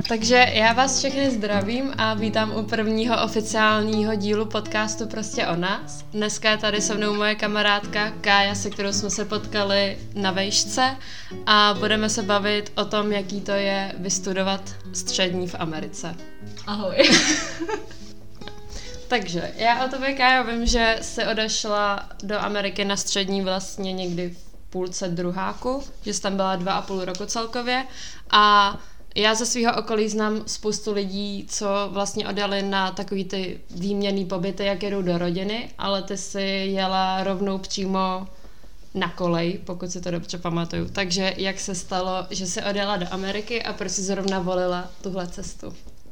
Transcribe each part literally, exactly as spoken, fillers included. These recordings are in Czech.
Takže já vás všechny zdravím a vítám u prvního oficiálního dílu podcastu Prostě o nás. Dneska je tady se mnou moje kamarádka Kája, se kterou jsme se potkali na vejšce a budeme se bavit o tom, jaký to je vystudovat střední v Americe. Ahoj. Takže já o tobě, Kája, vím, že jsi odešla do Ameriky na střední vlastně někdy v půlce druháku, že jsi tam byla dva a půl roku celkově a já ze svého okolí znám spoustu lidí, co vlastně odjeli na takový ty výměnný pobyty, jak jedou do rodiny, ale ty si jela rovnou přímo na kolej, pokud si to dobře pamatuju. Takže jak se stalo, že jsi odjela do Ameriky a proč jsi zrovna volila tuhle cestu?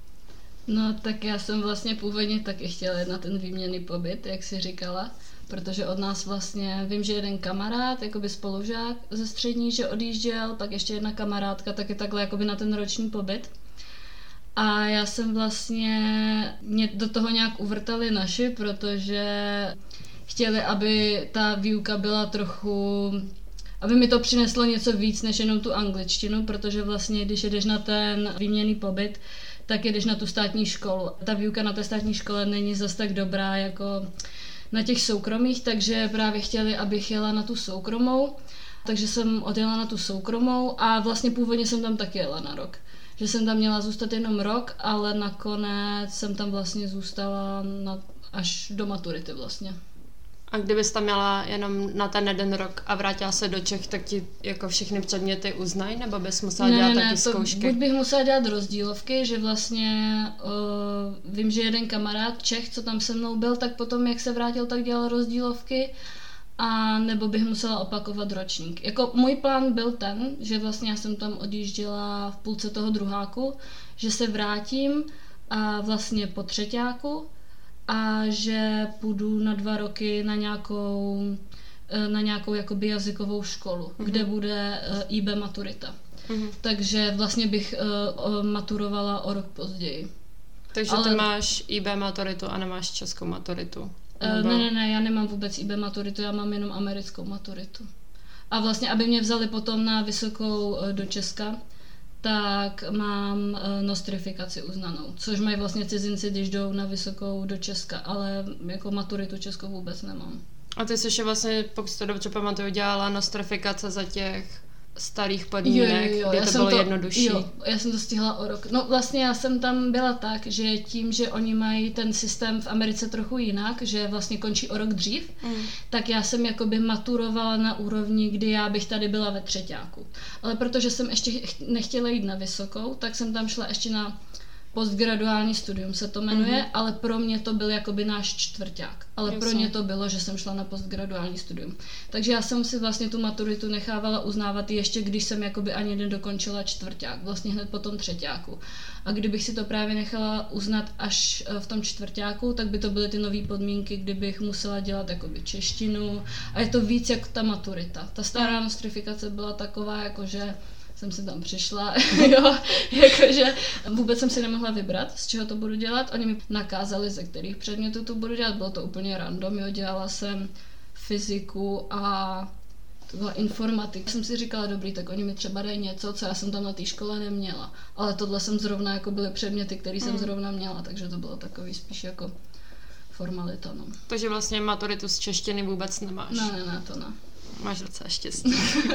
No tak já jsem vlastně původně taky chtěla jít na ten výměnný pobyt, jak jsi říkala, protože od nás vlastně, vím, že jeden kamarád, jakoby spolužák ze střední, že odjížděl, pak ještě jedna kamarádka taky takhle jakoby na ten roční pobyt. A já jsem vlastně, mě do toho nějak uvrtali naši, protože chtěli, aby ta výuka byla trochu, aby mi to přineslo něco víc než jenom tu angličtinu, protože vlastně, když jdeš na ten výměnný pobyt, tak jdeš na tu státní školu. Ta výuka na té státní škole není zas tak dobrá jako na těch soukromých, takže právě chtěli, abych jela na tu soukromou, takže jsem odjela na tu soukromou a vlastně původně jsem tam taky jela na rok. Že jsem tam měla zůstat jenom rok, ale nakonec jsem tam vlastně zůstala na, až do maturity vlastně. A kdybys tam měla jenom na ten jeden rok a vrátila se do Čech, tak ti jako všechny předměty uznají, nebo bys musela ne, dělat ne, taky to zkoušky? Buď bych musela dělat rozdílovky, že vlastně uh, vím, že jeden kamarád Čech, co tam se mnou byl, tak potom, jak se vrátil, tak dělal rozdílovky, a nebo bych musela opakovat ročník. Jako můj plán byl ten, že vlastně já jsem tam odjížděla v půlce toho druháku, že se vrátím a vlastně po třeťáku, a že půjdu na dva roky na nějakou, na nějakou jakoby jazykovou školu, mm-hmm. kde bude í bé maturita. Mm-hmm. Takže vlastně bych uh, maturovala o rok později. Takže Ale... ty máš í bé maturitu a nemáš českou maturitu? Uh, ne, ne, ne, já nemám vůbec í bé maturitu, já mám jenom americkou maturitu. A vlastně, aby mě vzali potom na vysokou uh, do Česka, tak mám uh, nostrifikaci uznanou, což mají vlastně cizinci, když jdou na vysokou do Česka, ale jako maturitu českou vůbec nemám. A ty jsi vlastně, pokud si to dobře pamatuju, dělala nostrifikace za těch starých podmínek, jo, jo, jo. Kdy to bylo to, jednodušší. Jo, já jsem to stihla o rok. No vlastně já jsem tam byla tak, že tím, že oni mají ten systém v Americe trochu jinak, že vlastně končí o rok dřív, mm. tak já jsem jakoby maturovala na úrovni, kdy já bych tady byla ve třeťáku. Ale protože jsem ještě nechtěla jít na vysokou, tak jsem tam šla ještě na postgraduální studium se to jmenuje, mm-hmm. ale pro mě to byl jakoby náš čtvrťák. Ale Jasně. pro ně to bylo, že jsem šla na postgraduální studium. Takže já jsem si vlastně tu maturitu nechávala uznávat ještě, když jsem jakoby ani nedokončila čtvrťák, vlastně hned po tom třeťáku. A kdybych si to právě nechala uznat až v tom čtvrťáku, tak by to byly ty nové podmínky, kdybych musela dělat jakoby češtinu. A je to víc jako ta maturita. Ta stará nostrifikace byla taková, jakože jsem si tam přišla, jo, jakože vůbec jsem si nemohla vybrat, z čeho to budu dělat. Oni mi nakázali, ze kterých předmětů to budu dělat, bylo to úplně random, jo, dělala jsem fyziku a to byla informatika. Jsem si říkala, dobrý, tak oni mi třeba dají něco, co já jsem tam na té škole neměla, ale tohle jsem zrovna, jako byly předměty, které jsem mm. zrovna měla, takže to bylo takový spíš jako formalita, no. Takže vlastně maturitu z češtiny vůbec nemáš? Ne, ne, ne, to ne. Máš docela štěstí.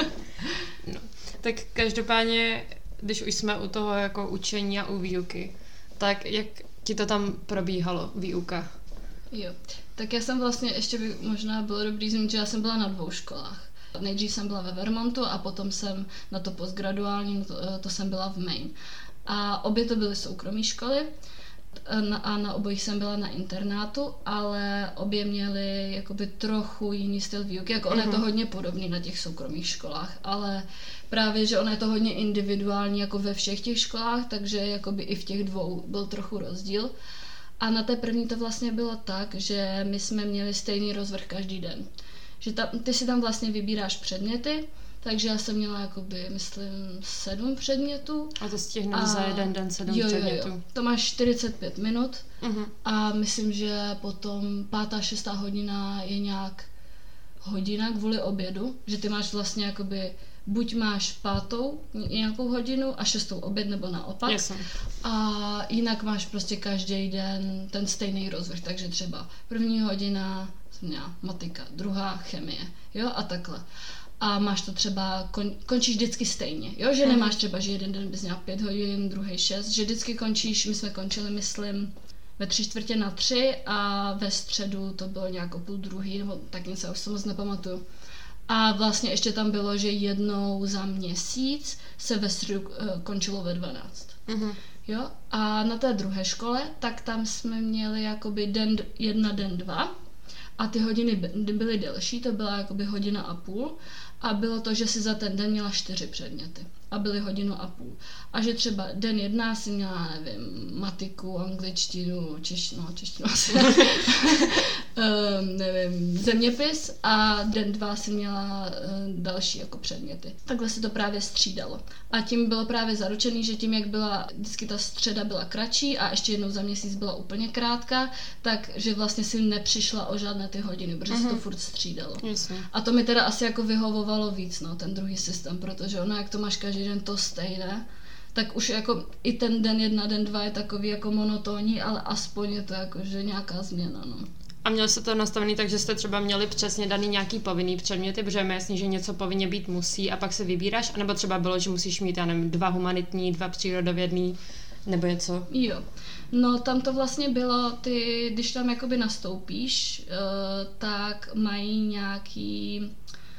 No. Tak každopádně, když už jsme u toho jako učení a u výuky, tak jak ti to tam probíhalo, výuka? Jo, tak já jsem vlastně, ještě by možná bylo dobrý zmínit, že já jsem byla na dvou školách. Nejdřív jsem byla ve Vermontu a potom jsem na to postgraduální, to, to jsem byla v Maine. A obě to byly soukromé školy a na obojích jsem byla na internátu, ale obě měly jakoby trochu jiný styl výuky, jako ono je to hodně podobný na těch soukromých školách, ale právě, že ono je to hodně individuální jako ve všech těch školách, takže jakoby i v těch dvou byl trochu rozdíl. A na té první to vlastně bylo tak, že my jsme měli stejný rozvrh každý den. Že ta, ty si tam vlastně vybíráš předměty, takže já jsem měla jakoby, myslím, sedm předmětů. A to stihneš za jeden den sedm jo, předmětů. Jo, jo. To máš čtyřicet pět minut uh-huh. a myslím, že potom pátá, šestá hodina je nějak hodina kvůli obědu, že ty máš vlastně jakoby buď máš pátou nějakou hodinu a šestou oběd nebo naopak. Jasně. A jinak máš prostě každý den ten stejný rozvrh, takže třeba první hodina jsem měla matika, druhá chemie, jo, a takhle. A máš to třeba, kon, končíš vždycky stejně, jo, že nemáš třeba, že jeden den bys měla pět hodin, druhý šest, že vždycky končíš, my jsme končili, myslím, ve tři čtvrtě na tři a ve středu to bylo nějak o půl druhý, nebo tak něco, já už se moc nepamatuju. A vlastně ještě tam bylo, že jednou za měsíc se ve středu uh, končilo ve dvanáct. Mm-hmm. Jo? A na té druhé škole, tak tam jsme měli jakoby den jedna, den dva. A ty hodiny byly delší, to byla jakoby hodina a půl. A bylo to, že si za ten den měla čtyři předměty. A byly hodinu a půl. A že třeba den jedna si měla, nevím, matiku, angličtinu, češtinu, češtinu asi, um, nevím, zeměpis a den dva si měla uh, další jako předměty. Takhle se to právě střídalo. A tím bylo právě zaručený, že tím, jak byla, vždycky ta středa byla kratší a ještě jednou za měsíc byla úplně krátká, tak že vlastně si nepřišla o žádné ty hodiny, protože mm-hmm. se to furt střídalo. Jasně. A to mi teda asi jako vyhovovalo víc, no, ten druhý systém, protože ono, jak to máš každý den to stejné, tak už jako i ten den jedna, den dva je takový jako monotónní, ale aspoň je to jako, že nějaká změna, no. A měl se to nastavený tak, že jste třeba měli přesně daný nějaký povinný předměty, protože je jasný, že něco povinně být musí a pak se vybíráš, anebo třeba bylo, že musíš mít, já nevím, dva humanitní, dva přírodovědný, nebo něco? Jo. No tam to vlastně bylo, ty, když tam jakoby nastoupíš, uh, tak mají nějaký,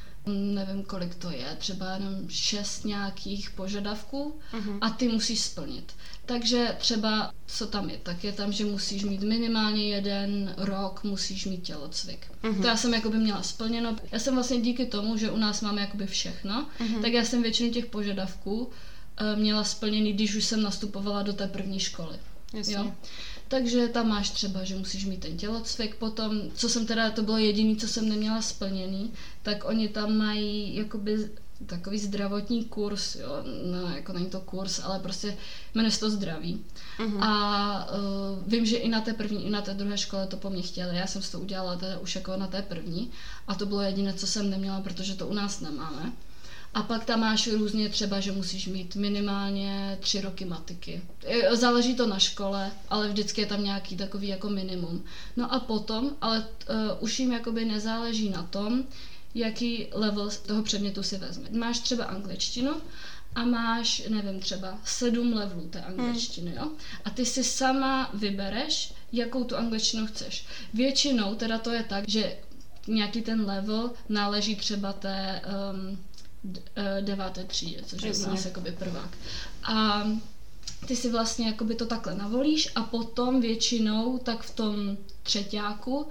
nevím kolik to je, třeba jenom šest nějakých požadavků uh-huh. a ty musíš splnit. Takže třeba, co tam je, tak je tam, že musíš mít minimálně jeden rok, musíš mít tělocvik. Uh-huh. To já jsem jakoby měla splněno. Já jsem vlastně díky tomu, že u nás máme jakoby všechno, uh-huh. tak já jsem většinu těch požadavků uh, měla splněný, když už jsem nastupovala do té první školy. Jasně. Jo? Takže tam máš třeba, že musíš mít ten tělocvik, potom, co jsem teda, to bylo jediné, co jsem neměla splněný, tak oni tam mají jakoby takový zdravotní kurz, jo, no, jako není to kurz, ale prostě jmenuje se to zdraví. Uh-huh. A uh, vím, že i na té první, i na té druhé škole to po mně chtěli, já jsem si to udělala teda už jako na té první a to bylo jediné, co jsem neměla, protože to u nás nemáme. A pak tam máš různě třeba, že musíš mít minimálně tři roky matiky. Záleží to na škole, ale vždycky je tam nějaký takový jako minimum. No a potom, ale uh, už jim jakoby nezáleží na tom, jaký level toho předmětu si vezme. Máš třeba angličtinu a máš, nevím, třeba sedm levelů té angličtiny, jo? A ty si sama vybereš, jakou tu angličtinu chceš. Většinou teda to je tak, že nějaký ten level náleží třeba té um, deváté třídě, což je u nás jakoby prvák. A ty si vlastně jakoby to takhle navolíš a potom většinou tak v tom třeťáku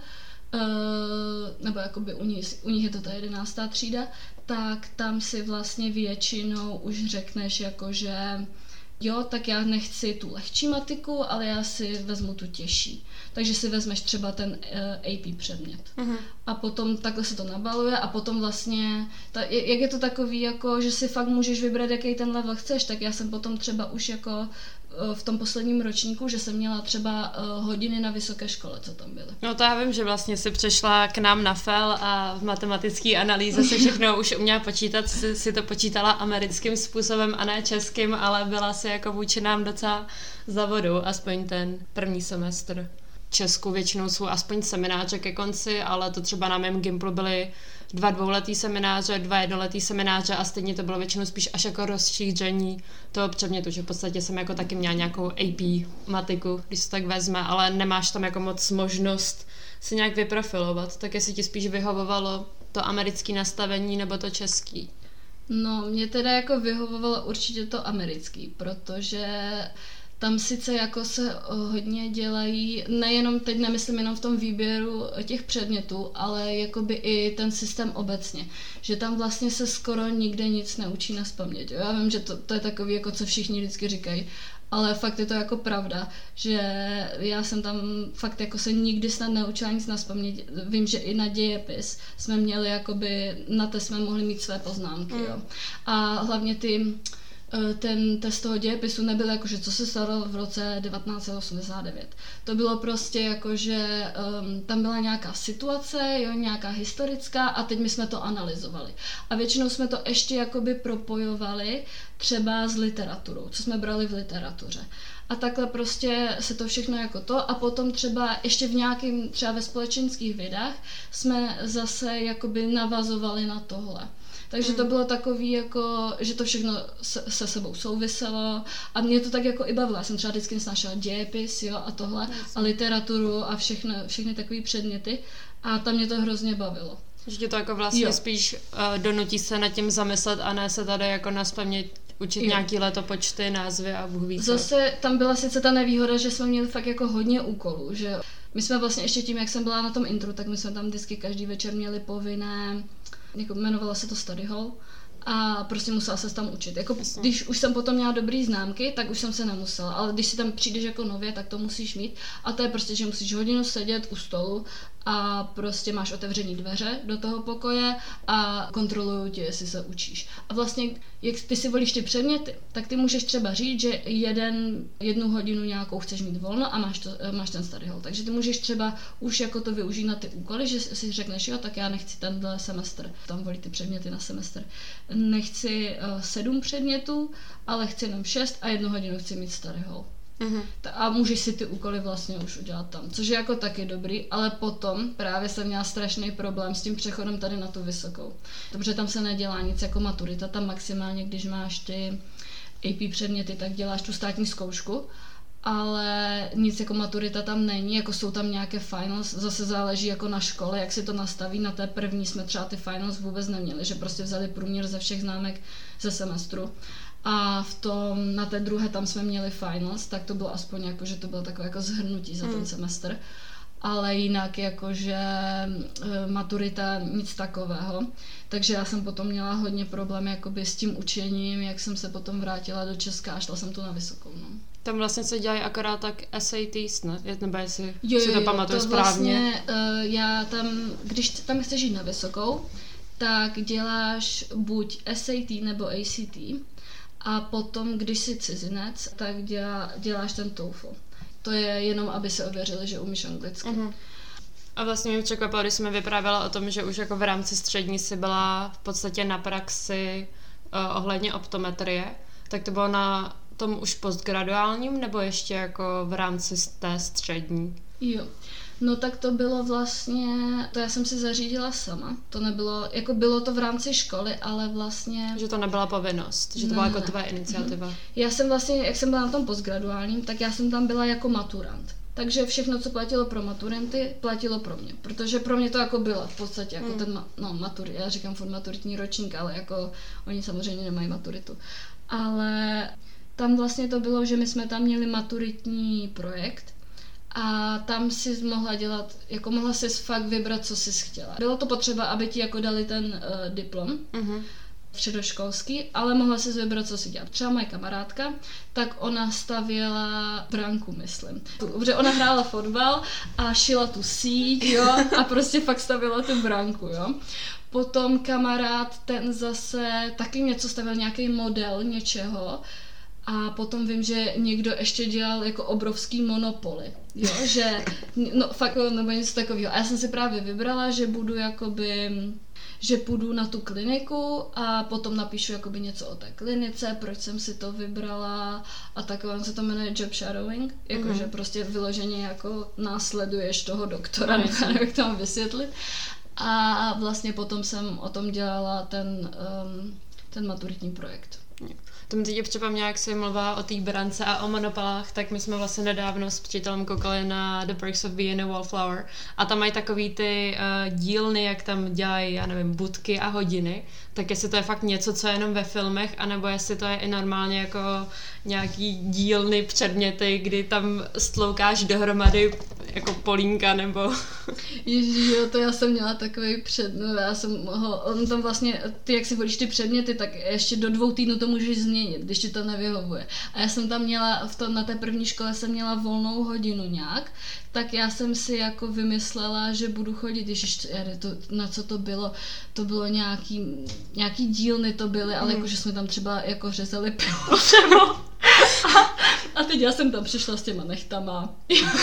Uh, nebo jakoby u nich, u nich je to ta jedenáctá třída, tak tam si vlastně většinou už řekneš jako, že jo, tak já nechci tu lehčí matiku, ale já si vezmu tu těžší. Takže si vezmeš třeba ten uh, A P předmět. Uh-huh. A potom takhle se to nabaluje a potom vlastně, ta, jak je to takový, jako, že si fakt můžeš vybrat, jaký ten level chceš, tak já jsem potom třeba už jako v tom posledním ročníku, že jsem měla třeba uh, hodiny na vysoké škole, co tam byly. No to já vím, že vlastně si přešla k nám na F E L a v matematické analýze se všechno už uměla počítat, si, si to počítala americkým způsobem a ne českým, ale byla si jako vůči nám docela za vodou, aspoň ten první semestr. Česku většinou jsou aspoň semináře ke konci, ale to třeba na mém Gimplu byly dva dvouletý semináře, dva jednoletý semináře a stejně to bylo většinou spíš až jako rozšíření toho předmětu, že v podstatě jsem jako taky měla nějakou A P matiku, když se tak vezme, ale nemáš tam jako moc možnost si nějak vyprofilovat, tak jestli ti spíš vyhovovalo to americké nastavení nebo to český? No, mě teda jako vyhovovalo určitě to americký, protože tam sice jako se hodně dělají, nejenom, teď nemyslím jenom v tom výběru těch předmětů, ale jakoby i ten systém obecně, že tam vlastně se skoro nikde nic neučí nazpaměť. Já vím, že to, to je takový, jako co všichni vždycky říkají, ale fakt je to jako pravda, že já jsem tam fakt jako se nikdy snad neučila nic nazpaměť. Vím, že i na dějepis jsme měli jakoby, na té jsme mohli mít své poznámky, jo. A hlavně ty ten test toho dějepisu nebyl jako, že co se stalo v roce devatenáct set osmdesát devět. To bylo prostě jako, že um, tam byla nějaká situace, jo, nějaká historická a teď my jsme to analyzovali. A většinou jsme to ještě jakoby propojovali třeba s literaturou, co jsme brali v literatuře. A takhle prostě se to všechno jako to a potom třeba ještě v nějakým, třeba ve společenských vědách jsme zase jakoby navazovali na tohle. Takže to bylo takový jako, že to všechno se, se sebou souviselo a mě to tak jako i bavilo. Já jsem třeba vždycky snašela dějepis, jo, a tohle a literaturu a všechny, všechny takové předměty a tam mě to hrozně bavilo. Že tě to jako vlastně jo. spíš uh, donutí se nad tím zamyslet a ne se tady jako nazpamět učit jo. nějaký letopočty, názvy a Bůh ví co. Zase tam byla sice ta nevýhoda, že jsme měli fakt jako hodně úkolů, že my jsme vlastně ještě tím, jak jsem byla na tom intru, tak my jsme tam vždycky každý večer měli povinné, jako jmenovalo se to study hall a prostě musela se tam učit. Jako, když už jsem potom měla dobrý známky, tak už jsem se nemusela, ale když si tam přijdeš jako nově, tak to musíš mít a to je prostě, že musíš hodinu sedět u stolu a prostě máš otevřený dveře do toho pokoje a kontrolují tě, jestli se učíš. A vlastně, jak ty si volíš ty předměty, tak ty můžeš třeba říct, že jeden, jednu hodinu nějakou chceš mít volno a máš, to, máš ten study hall. Takže ty můžeš třeba už jako to využít na ty úkoly, že si řekneš, jo, tak já nechci tenhle semestr, tam volí ty předměty na semestr. Nechci uh, sedm předmětů, ale chci jenom šest a jednu hodinu chci mít study hall. Mm-hmm. A můžeš si ty úkoly vlastně už udělat tam, což je jako taky dobrý, ale potom právě jsem měla strašný problém s tím přechodem tady na tu vysokou. Dobře, tam se nedělá nic jako maturita, tam maximálně, když máš ty A P předměty, tak děláš tu státní zkoušku, ale nic jako maturita tam není, jako jsou tam nějaké finals, zase záleží jako na škole, jak si to nastaví, na té první jsme třeba ty finals vůbec neměli, že prostě vzali průměr ze všech známek ze semestru. A v tom, na té druhé tam jsme měli finals, tak to bylo aspoň jako, že to bylo takové jako zhrnutí za ten mm. semestr. Ale jinak jakože maturita nic takového. Takže já jsem potom měla hodně problém jakoby s tím učením, jak jsem se potom vrátila do Česka a šla jsem tu na vysokou. No. Tam vlastně se dělají akorát tak S A Ts, ne? Nebo jestli jo, si to pamatuju správně. Vlastně, uh, já tam, když tam chceš jít na vysokou, tak děláš buď S A T nebo A C T. A potom, když jsi cizinec, tak dělá, děláš ten TOEFL. To je jenom, aby se ověřili, že umíš anglicky. Uh-huh. A vlastně mě překvapilo, když jsme vyprávěla o tom, že už jako v rámci střední si byla v podstatě na praxi uh, ohledně optometrie, tak to bylo na tom už postgraduálním, nebo ještě jako v rámci té střední? Jo. No tak to bylo vlastně, to já jsem si zařídila sama, to nebylo, jako bylo to v rámci školy, ale vlastně... Že to nebyla povinnost, že to ne, byla jako ne. tvoje iniciativa. Já jsem vlastně, jak jsem byla na tom postgraduálním, tak já jsem tam byla jako maturant. Takže všechno, co platilo pro maturanty, platilo pro mě, protože pro mě to jako bylo v podstatě jako hmm. ten, no matur, já říkám furt maturitní ročník, ale jako oni samozřejmě nemají maturitu. Ale tam vlastně to bylo, že my jsme tam měli maturitní projekt, a tam si mohla dělat, jako mohla si fakt vybrat, co jsi chtěla. Bylo to potřeba, aby ti jako dali ten uh, diplom uh-huh. středoškolský, ale mohla si vybrat, co si dělat. Třeba moje kamarádka, tak ona stavěla branku, myslím. Protože ona hrála fotbal a šila tu síť, jo, a prostě fakt stavěla tu branku, jo. Potom kamarád, ten zase taky něco stavěl, nějaký model něčeho. A potom vím, že někdo ještě dělal jako obrovský monopoly, jo, že, no fakt, nebo něco takového. A já jsem si právě vybrala, že budu jakoby, že půjdu na tu kliniku a potom napíšu jakoby něco o té klinice, proč jsem si to vybrala a takové, se to jmenuje job shadowing, jakože mm-hmm. prostě vyloženě jako následuješ toho doktora, mm-hmm. nevím, jak to mám vysvětlit. A vlastně potom jsem o tom dělala ten, um, ten maturitní projekt. To mi teď připomněla, jak jsi mluvila o té brance a o monopolách, tak my jsme vlastně nedávno s přítelem koukali na The Perks of Being a Wallflower a tam mají takový ty uh, dílny, jak tam dělají, já nevím, budky a hodiny, tak jestli to je fakt něco, co je jenom ve filmech, anebo jestli to je i normálně jako nějaký dílny, předměty, kdy tam stloukáš dohromady jako Polínka nebo... Ježiš, jo, to já jsem měla takový před, no já jsem ho, on tam vlastně, ty jak si volíš ty předměty, tak ještě do dvou týdnů to můžeš změnit, když ti to nevyhovuje. A já jsem tam měla, v tom, na té první škole jsem měla volnou hodinu nějak, tak já jsem si jako vymyslela, že budu chodit, ježiš, to, na co to bylo, to bylo nějaký, nějaký dílny to byly, ale mm. jako, že jsme tam třeba jako řezali pivo třeba. A, a teď já jsem tam přišla s těma nechtama,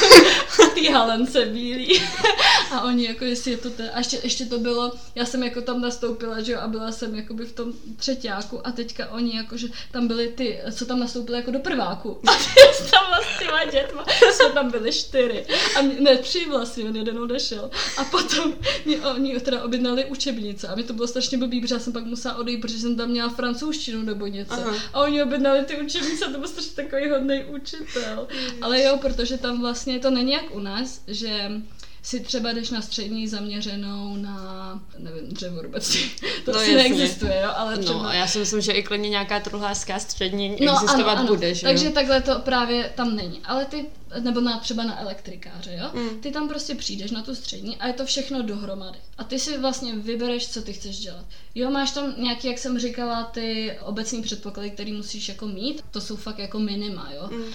ty halence bílý a oni jako, jestli je to te... a ještě, ještě to bylo, já jsem jako tam nastoupila, že jo, a byla jsem jakoby v tom třetíku a teďka oni jako, že tam byli ty, co tam nastoupili jako do prváku a ty tam s těma dětma, jsme tam byli čtyři a mě, ne, tři vlastně, on jeden odešel a potom mě oni teda objednali učebnice a mi to bylo strašně blbý, protože já jsem pak musela odejít, protože jsem tam měla francouzštinu nebo něco. Aha. A oni objednali ty učebnice, to byl strašně takový hodnej učitel. Ale jo, protože tam vlastně to není jak u nás, že si třeba jdeš na střední zaměřenou na, nevím, dřevorubectví. To no, asi jasně. Neexistuje, jo, ale třeba... No a já si myslím, že i klidně nějaká truhlářská střední no, existovat ano, ano. bude, že Takže jo? Takhle to právě tam není. Ale ty, nebo na, třeba na elektrikáře, jo? Mm. Ty tam prostě přijdeš na tu střední a je to všechno dohromady. A ty si vlastně vybereš, co ty chceš dělat. Jo, máš tam nějaký, jak jsem říkala, ty obecní předpoklady, které musíš jako mít. To jsou fakt jako minima, jo. Mm.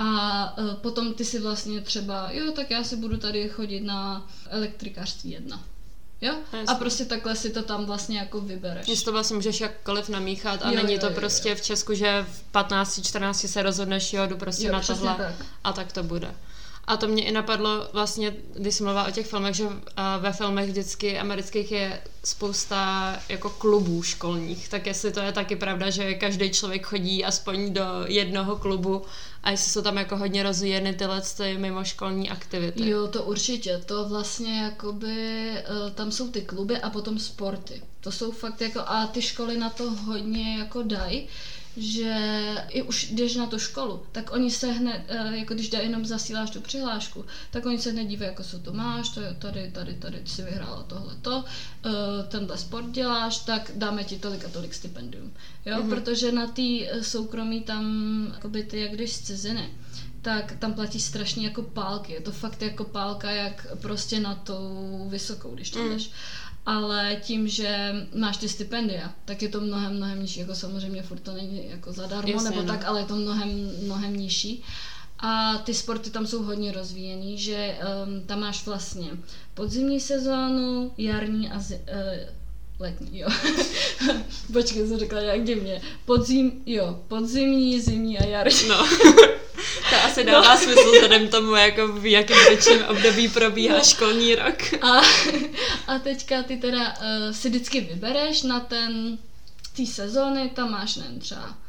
A uh, potom ty si vlastně třeba, jo, tak já si budu tady chodit na elektrikářství jedna. Jo? A prostě takhle si to tam vlastně jako vybereš. Jestli to vlastně můžeš jakkoliv namíchat a jo, není jo, to jo, prostě jo. v Česku, že v patnácti čtrnácti se rozhodneš, jo, jdu prostě jo, na tohle tak. A tak to bude. A to mě i napadlo vlastně, když jsem mluvila o těch filmech, že ve filmech vždycky amerických je spousta jako klubů školních, tak jestli to je taky pravda, že každý člověk chodí aspoň do jednoho klubu a jestli jsou tam jako hodně rozvíjeny tyhle ty mimoškolní aktivity. Jo, to určitě, to vlastně jakoby, tam jsou ty kluby a potom sporty. To jsou fakt jako, a ty školy na to hodně jako dají, že i už jdeš na tu školu, tak oni se hned, jako když jenom zasíláš tu přihlášku, tak oni se hned dívají, jako co to máš, to je tady, tady, tady si vyhrála tohleto, tenhle sport děláš, tak dáme ti tolik a tolik stipendium. Jo, mm-hmm. Protože na té soukromí tam, jakoby ty, jak jdeš z ciziny, tak tam platí strašně jako pálky, je to fakt jako pálka, jak prostě na tou vysokou, když tam jdeš. Mm. Ale tím, že máš ty stipendia, tak je to mnohem, mnohem nižší, jako samozřejmě furt to není jako zadarmo, Jasně, nebo no. tak, ale je to mnohem, mnohem nižší. A ty sporty tam jsou hodně rozvíjený, že um, tam máš vlastně podzimní sezónu, jarní a zi, uh, letní, jo. Počkej, jsem řekla nějak divně. Podzim, jo, podzimní, zimní a jarní. No. To asi dává no. smysl vzhledem tomu, jako v jakém ročním období probíhá no. školní rok. A, a teďka ty teda uh, si vždycky vybereš na ten, ty sezóny, tam máš nevím, třeba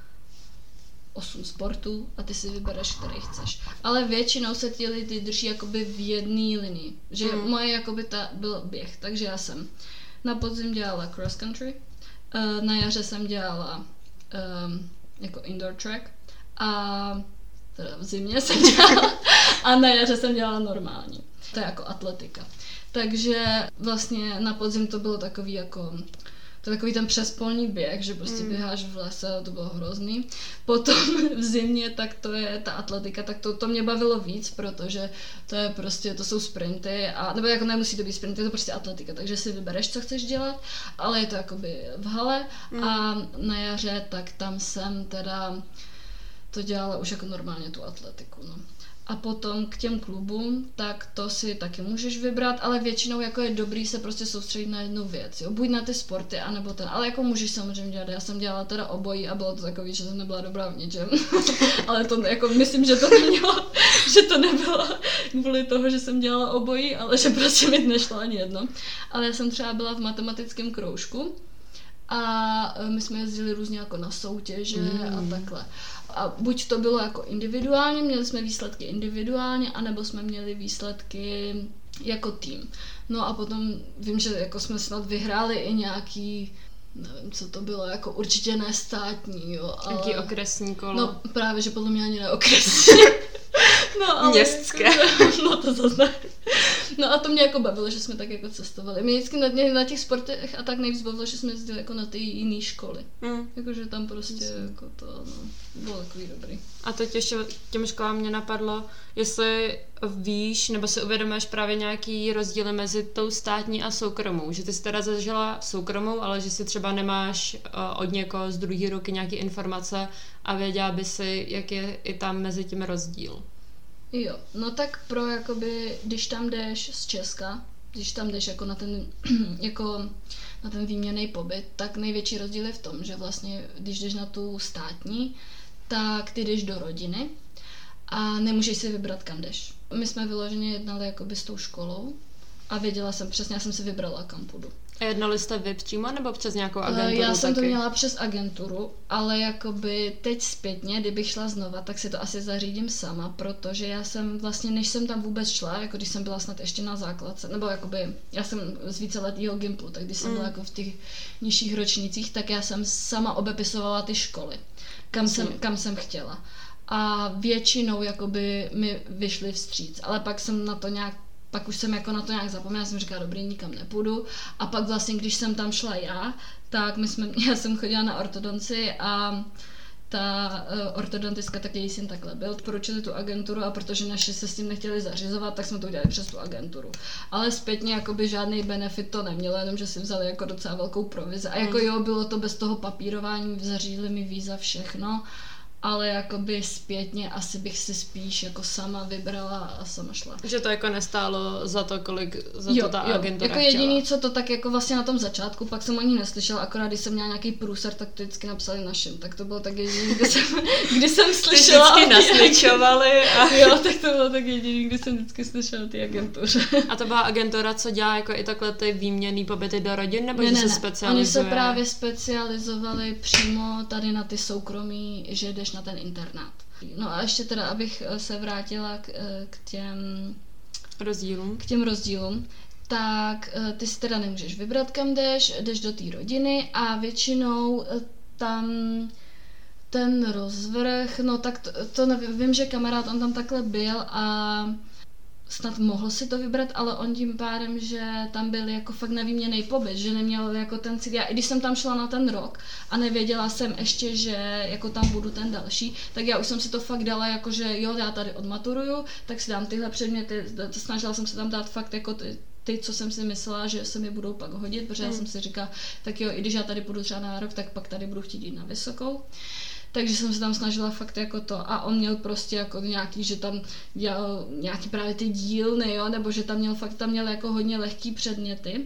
osm sportů a ty si vybereš, který chceš. Ale většinou se ti lidi drží jakoby v jedné linii. Že mm. moje jakoby ta byl běh, takže já jsem na podzim dělala cross country, uh, na jaře jsem dělala um, jako indoor track a teda v zimě jsem dělala a na jaře jsem dělala normální. To je jako atletika. Takže vlastně na podzim to bylo takový jako to takový ten přespolní běh, že prostě mm. běháš v lese, to bylo hrozný. Potom v zimě, tak to je ta atletika, tak to, to mě bavilo víc, protože to je prostě, to jsou sprinty, a, nebo jako nemusí to být sprinty, je to prostě atletika, takže si vybereš, co chceš dělat, ale je to jakoby v hale mm. a na jaře, tak tam jsem teda to dělala už jako normálně tu atletiku, no. A potom k těm klubům, tak to si taky můžeš vybrat, ale většinou jako je dobrý se prostě soustředit na jednu věc, jo? Buď na ty sporty, anebo ten, ale jako můžeš samozřejmě dělat, já jsem dělala teda obojí a bylo to takový, že jsem nebyla dobrá v ničem, ale to jako myslím, že to nemělo, že to nebylo kvůli toho, že jsem dělala obojí, ale že prostě mi nešlo ani jedno. Ale já jsem třeba byla v matematickém kroužku a my jsme jezdili různě jako na soutěže mm. a takhle. A buď to bylo jako individuálně, měli jsme výsledky individuálně, anebo jsme měli výsledky jako tým. No a potom vím, že jako jsme snad vyhráli i nějaký, nevím, co to bylo, jako určitě ne státní, jo, ale... Jaký okresní kolo? No právě, že podle mě ani ne okresní. No, ale městské. Jako, no to zase ne. No a to mě jako bavilo, že jsme tak jako cestovali. Mě vždycky na, na těch sportech a tak nejvíc bavilo, že jsme jezdili jako na ty jiné školy. Mm. Jakože tam prostě jako to no, bylo takový dobrý. A teď ještě těm školám mě napadlo, jestli víš, nebo si uvědomuješ právě nějaký rozdíly mezi tou státní a soukromou. Že ty jsi teda zažila soukromou, ale že si třeba nemáš uh, od někoho z druhé ruky nějaké informace a věděla by si, jak je i tam mezi tím rozdíl. Jo, no tak pro jakoby, když tam jdeš z Česka, když tam jdeš jako na ten, jako na ten výměnný pobyt, tak největší rozdíl je v tom, že vlastně, když jdeš na tu státní, tak ty jdeš do rodiny a nemůžeš si vybrat, kam jdeš. My jsme vyloženě jednali jakoby s tou školou a věděla jsem přesně, já jsem si vybrala, kam půjdu. A jednali jste vy přímo nebo přes nějakou agenturu? Já jsem taky? to měla přes agenturu, ale jakoby teď zpětně, kdybych šla znova, tak si to asi zařídím sama, protože já jsem vlastně, než jsem tam vůbec šla, jako když jsem byla snad ještě na základce, nebo jakoby, já jsem z víceletýho gimplu, tak když jsem mm. byla jako v těch nižších ročnících, tak já jsem sama obepisovala ty školy, kam, jsem, kam jsem chtěla. A většinou jakoby mi vyšly vstříc, ale pak jsem na to nějak Pak už jsem jako na to nějak zapomněla, jsem říkala, dobrý, nikam nepůjdu. A pak vlastně, když jsem tam šla já, tak my jsme, já jsem chodila na ortodonci a ta uh, ortodontistka, tak její syn takhle byl, poručili tu agenturu a protože naši se s tím nechtěli zařizovat, tak jsme to udělali přes tu agenturu. Ale zpětně jakoby žádný benefit to nemělo, jenom že si vzali jako docela velkou provizi. A jako jo, bylo to bez toho papírování, zařídili mi víza, všechno. Ale jakoby zpětně asi bych si spíš jako sama vybrala a sama šla. Že to jako nestálo za to, kolik za jo, to ta jo. agentura Jako jediný, co to tak jako vlastně na tom začátku, pak jsem o ní neslyšela, akorát když jsem měla nějaký průser, tak to vždycky napsali našim, tak to bylo tak jediný, kdy jsem, kdy jsem slyšela. Ty vždycky nasličovali. A... Jo, tak to bylo tak jediný, kdy jsem vždycky slyšela ty agentuře. A to byla agentura, co dělá jako i takhle ty výměnný pobyty do rodin, nebo ne, že ne, se ne. specializuje? Oni se právě specializovali přímo tady na ty soukromí, že jdeš na ten internát. No a ještě teda, abych se vrátila k, k těm rozdílům. K těm rozdílům, tak ty si teda nemůžeš vybrat, kam jdeš, jdeš do té rodiny a většinou tam ten rozvrh, no tak to, to nevím, vím, že kamarád, on tam takhle byl a snad mohl si to vybrat, ale on tím pádem, že tam byl jako fakt na výměnný pobyt, že neměl jako ten cíl. Já i když jsem tam šla na ten rok a nevěděla jsem ještě, že jako tam budu ten další, tak já už jsem si to fakt dala jako, že jo, já tady odmaturuju, tak si dám tyhle předměty, snažila jsem se tam dát fakt jako ty, ty, co jsem si myslela, že se mi budou pak hodit, protože hmm. já jsem si říkala, tak jo, i když já tady půjdu třeba na rok, tak pak tady budu chtít jít na vysokou. Takže jsem se tam snažila fakt jako to a on měl prostě jako nějaký, že tam dělal nějaký právě ty dílny, jo, nebo že tam měl fakt tam měl jako hodně lehký předměty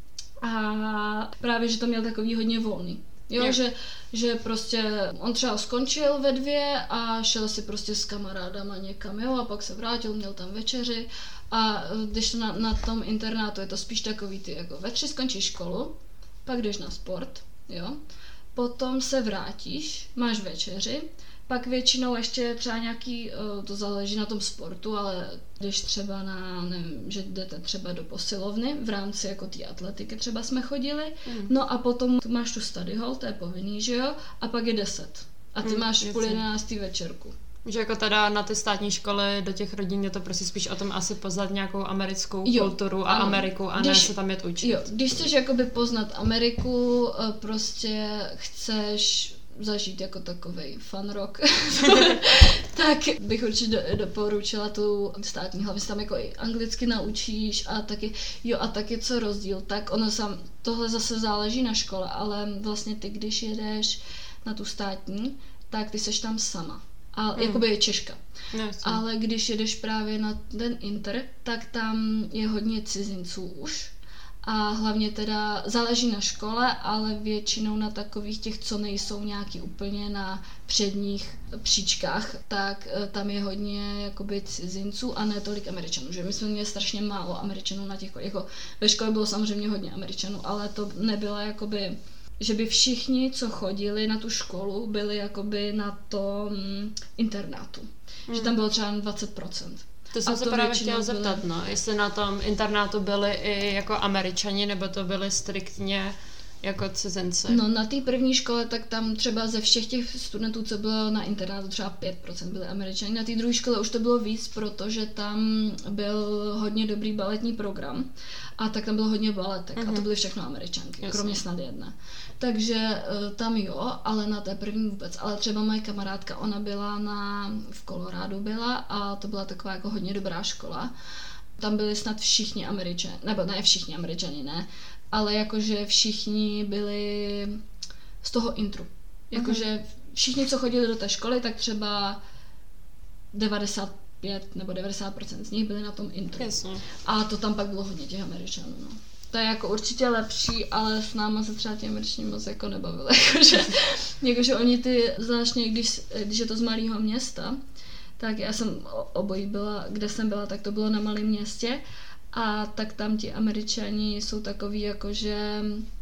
a právě, že tam měl takový hodně volný. Jo, že, že prostě on třeba skončil ve dvě a šel si prostě s kamarádama někam, jo, a pak se vrátil, měl tam večeři a když na, na tom internátu je to spíš takový ty, jako ve tři skončíš školu, pak jdeš na sport, jo, potom se vrátíš, máš večeři, pak většinou ještě třeba nějaký, to záleží na tom sportu, ale když třeba na, nevím, že jdete třeba do posilovny, v rámci jako té atletiky třeba jsme chodili, mm. no a potom máš tu study hall, to je povinný, že jo, a pak je deset. A ty mm, máš půl jedenáctý večerku. Že jako teda na ty státní školy do těch rodin je to prostě spíš o tom asi poznat nějakou americkou jo, kulturu a ano. Ameriku a když, ne se tam jet učit. Jo, když chceš jakoby poznat Ameriku, prostě chceš zažít jako takovej fun rock, tak bych určitě do, doporučila tu státní, hlavně se tam jako i anglicky naučíš a taky, jo a taky co rozdíl, tak ono sam, tohle zase záleží na škole, ale vlastně ty, když jedeš na tu státní, tak ty seš tam sama. A mm. jakoby je Češka. No, ale když jedeš právě na ten inter, tak tam je hodně cizinců už. A hlavně teda záleží na škole, ale většinou na takových těch, co nejsou nějaký úplně na předních příčkách, tak tam je hodně jakoby cizinců a ne tolik Američanů. Že my jsme měli strašně málo Američanů na těch, jako ve škole bylo samozřejmě hodně Američanů, ale to nebylo jakoby, že by všichni, co chodili na tu školu, byli jakoby na tom internátu. Mm. Že tam bylo třeba dvacet procent. To jsem a se právě chtěla zeptat, byly... no, jestli na tom internátu byli i jako Američani, nebo to byli striktně jako cizinci? No na té první škole, tak tam třeba ze všech těch studentů, co bylo na internátu, třeba pět procent byli Američani. Na té druhé škole už to bylo víc, protože tam byl hodně dobrý baletní program a tak tam bylo hodně baletek mm-hmm. a to byly všechno Američanky, Jasně. kromě snad jedné. Takže tam jo, ale na té první vůbec. Ale třeba moje kamarádka, ona byla na, v Kolorádu byla a to byla taková jako hodně dobrá škola. Tam byli snad všichni Američani, nebo ne všichni Američani, ne, ale jakože všichni byli z toho intru. Jakože všichni, co chodili do té školy, tak třeba devadesát pět nebo devadesát procent z nich byli na tom intru. Jasně. A to tam pak bylo hodně těch Američanů, no. To je jako určitě lepší, ale s náma se třeba ti Američani moc jako nebavili. Jakože, jakože oni ty, zvláštně když, když je to z malého města, tak já jsem obojí byla, kde jsem byla, tak to bylo na malém městě a tak tam ti Američani jsou takový jako, že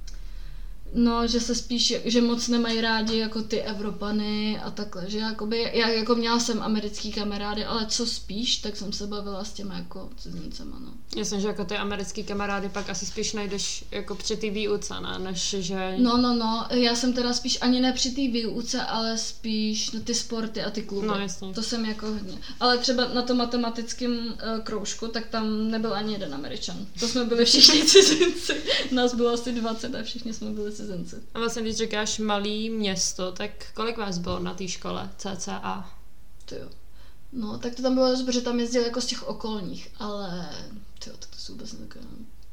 no, že se spíš, že moc nemají rádi jako ty Evropany a takhle, že jakoby, já jako měla jsem americký kamarády, ale co spíš, tak jsem se bavila s těma jako cizincema, no. Jasně, že jako ty americký kamarády pak asi spíš najdeš jako při té výuce, ne? Než že... No, no, no, já jsem teda spíš ani ne při té výuce, ale spíš na ty sporty a ty kluby. No, jasně. To jsem jako hodně. Ale třeba na tom matematickém uh, kroužku, tak tam nebyl ani jeden Američan. To jsme byli všichni cizinci. Nás bylo asi dvacet a všichni jsme byli cizinci. A vlastně, když říkáš malý město, tak kolik vás bylo na té škole cca? To jo. No, tak to tam bylo dost, protože tam jezdili jako z těch okolních, ale tyjo, tak to jsou vůbec takové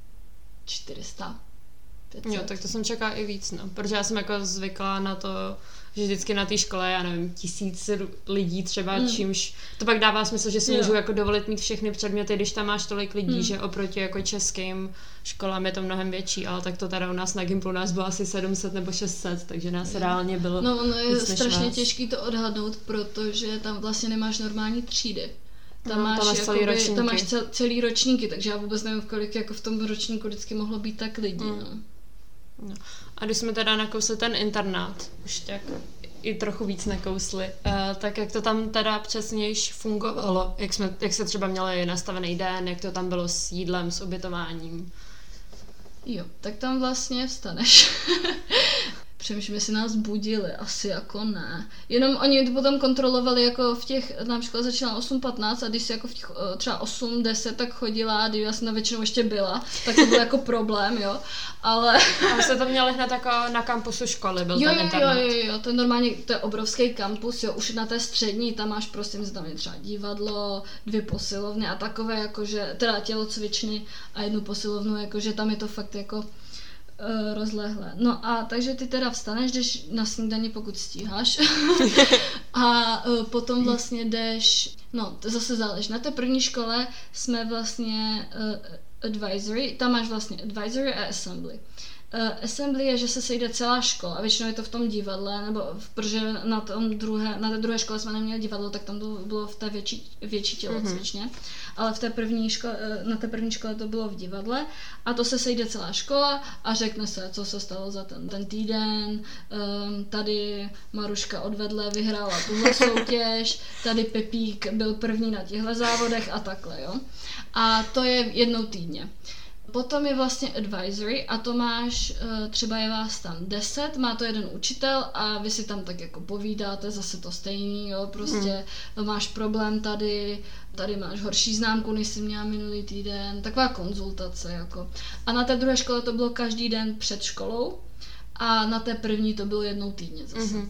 čtyři sta. pět set. Jo, tak to jsem čekala i víc, no. Protože já jsem jako zvyklá na to, že vždycky na té škole, já nevím, tisíc lidí třeba, mm. čímž to pak dává smysl, že si jo. můžu jako dovolit mít všechny předměty, když tam máš tolik lidí, mm. že oproti jako českým školám je to mnohem větší, ale tak to teda u nás na Gimplu nás bylo asi sedm set nebo šest set, takže nás mm. reálně bylo. No, ono je strašně vás. těžký to odhadnout, protože tam vlastně nemáš normální třídy. Tam, no, máš, tam, máš jakoby, celý tam máš cel, celý ročníky, takže já vůbec nevím, kolik jako v tom ročníku vždycky mohlo být tak lidí. Mm. No. No. A když jsme teda nakousli ten internát, už tak i trochu víc nakousli, uh, tak jak to tam teda přesnějš fungovalo? Jak, jsme, jak se třeba měli nastavený den, jak to tam bylo s jídlem, s ubytováním? Jo, tak tam vlastně vstaneš. Přemýšlím, jestli nás budili, asi jako ne. Jenom oni to potom kontrolovali, jako v těch, nám škola začala osm patnáct a když si jako v těch třeba osm deset tak chodila, když já jsem na většinou ještě byla, tak to byl jako problém, jo. Ale... A jste to měli hned jako na kampusu školy, byl jo, ten internát? Jo, jo, jo, to je normálně, to je obrovský kampus, jo, už na té střední, tam máš prostě, tam je třeba divadlo, dvě posilovny a takové, jakože, teda tělocvičny a jednu posilovnu, jakože tam je to fakt jako rozlehlé. No a takže ty teda vstaneš, jdeš na snídani, pokud stíháš a uh, potom vlastně jdeš, no to zase záleží, na té první škole jsme vlastně uh, advisory, tam máš vlastně advisory a assembly. Uh, assembly je, že se sejde celá škola, a většinou je to v tom divadle, nebo v, protože na, tom druhé, na té druhé škole jsme neměli divadlo, tak tam to bylo v té větší, větší tělocvičně, mm-hmm. ale v té první škole, na té první škole to bylo v divadle a to se sejde celá škola a řekne se, co se stalo za ten, ten týden, um, tady Maruška odvedle vyhrála tuhle soutěž, tady Pepík byl první na těchto závodech a takhle, jo. A to je jednou týdně. Potom je vlastně advisory a to máš, třeba je vás tam deset, má to jeden učitel a vy si tam tak jako povídáte, zase to stejný, jo, prostě mm. máš problém tady, tady máš horší známku, než jsi měla minulý týden, taková konzultace, jako. A na té druhé škole to bylo každý den před školou a na té první to bylo jednou týdně zase. Mm-hmm.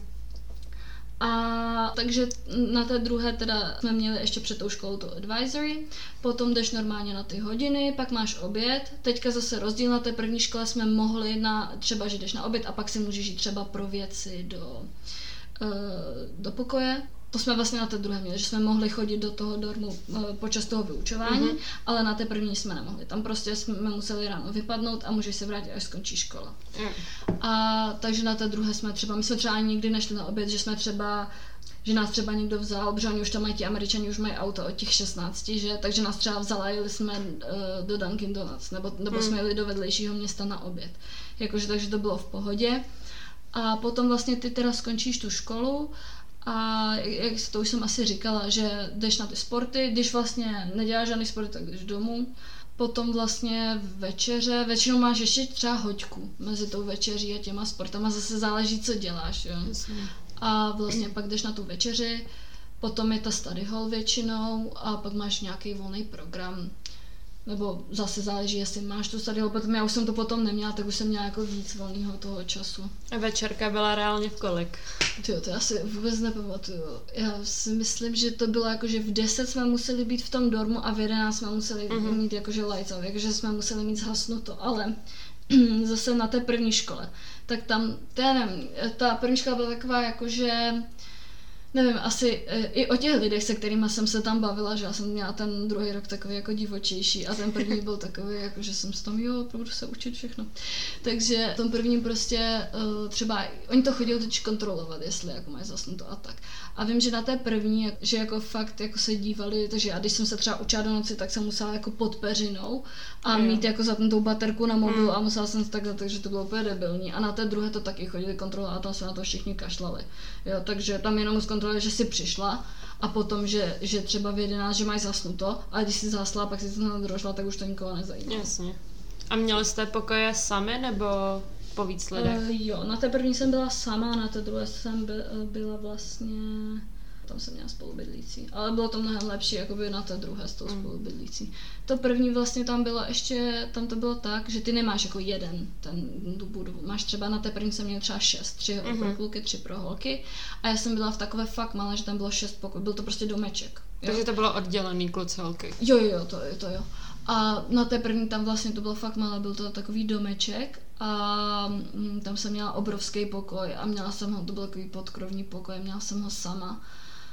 A takže na té druhé teda jsme měli ještě před tou školou to advisory, potom jdeš normálně na ty hodiny, pak máš oběd, teďka zase rozdíl, na té první škole jsme mohli na, třeba, že jdeš na oběd a pak si můžeš jít třeba pro věci do, uh, do pokoje. To jsme vlastně na té druhé měli, že jsme mohli chodit do toho dormu uh, počas toho vyučování, mm-hmm. ale na té první jsme nemohli. Tam prostě jsme museli ráno vypadnout a můžeš se vrátit, až skončí škola. Mm. A takže na té druhé jsme třeba, my jsme třeba ani nikdy nešli na oběd, že jsme třeba, že nás třeba někdo vzal, protože oni už tam mají ti Američani, už mají auto od těch šestnácti, že, takže nás třeba vzala, jeli jsme uh, do Dunkin Donuts, nebo, nebo mm. jsme jeli do vedlejšího města na oběd. Jakože, takže to bylo v pohodě. A potom vlastně ty teda skončíš tu školu, a jak to už jsem asi říkala, že jdeš na ty sporty, když vlastně neděláš žádný sporty, tak jdeš domů Potom vlastně večeře, většinou máš ještě třeba hoďku mezi tou večeří a těma sportama, zase záleží, co děláš, jo. A vlastně pak jdeš na tu večeři, potom je ta study hall většinou a pak máš nějaký volný program. Nebo zase záleží, jestli máš tu study hall, potom já už jsem to potom neměla, tak už jsem měla jako víc volného toho času. A večerka byla reálně v kolik? Tyjo, to já si vůbec nepamatuju. Já si myslím, že to bylo jako, že v deset jsme museli být v tom dormu a v jedenáct jsme museli mm-hmm. mít jakože lights out, jakože jsme museli mít zhasnuto, ale zase na té první škole. Tak tam, to já nevím, ta první škola byla taková jakože, nevím, asi i o těch lidech, se kterými jsem se tam bavila, že já jsem měla ten druhý rok takový jako divočejší a ten první byl takový, jako že jsem se tam, jo, budu se učit všechno. Takže v tom prvním prostě třeba, oni to chodili teď kontrolovat, jestli jako mají zasnuto a tak. A vím, že na té první, že jako fakt jako se dívali, takže já když jsem se třeba učila do noci, tak jsem musela jako pod peřinou a mm. mít jako zapnutou baterku na mobil mm. a musela jsem se takhle, takže to bylo úplně debilní. A na té druhé to taky chodili kontrolovat a tam se na to všichni kašlali. Jo, takže tam jenom zkontrolovali, že jsi přišla a potom, že, že třeba v jedenáct, že máš zasnuto, a když jsi zasla, pak jsi to nadrošla, tak už to nikoho nezajímá. Jasně. A měli jste pokoje sami, nebo po víc lidech? Uh, jo, na té první jsem byla sama, na té druhé jsem by, byla vlastně, tam jsem měla spolubydlící, ale bylo to mnohem lepší, jakoby na té druhé s tou mm. spolubydlící. To první vlastně tam bylo ještě, tam to bylo tak, že ty nemáš jako jeden ten tu budovu, máš třeba na té první jsem měla třeba šest, tři mm-hmm. pro kluky, tři pro holky a já jsem byla v takové fakt malé, že tam bylo šest pokojů, byl to prostě domeček. Jo? Takže to bylo oddělený kluci holky. Jo, jo, to jo, to jo. A na té první tam vlastně to bylo fakt malé, byl to takový domeček a mm, tam jsem měla obrovský pokoj a měla jsem ho, to byl takový podkrovní pokoj, měla jsem ho sama.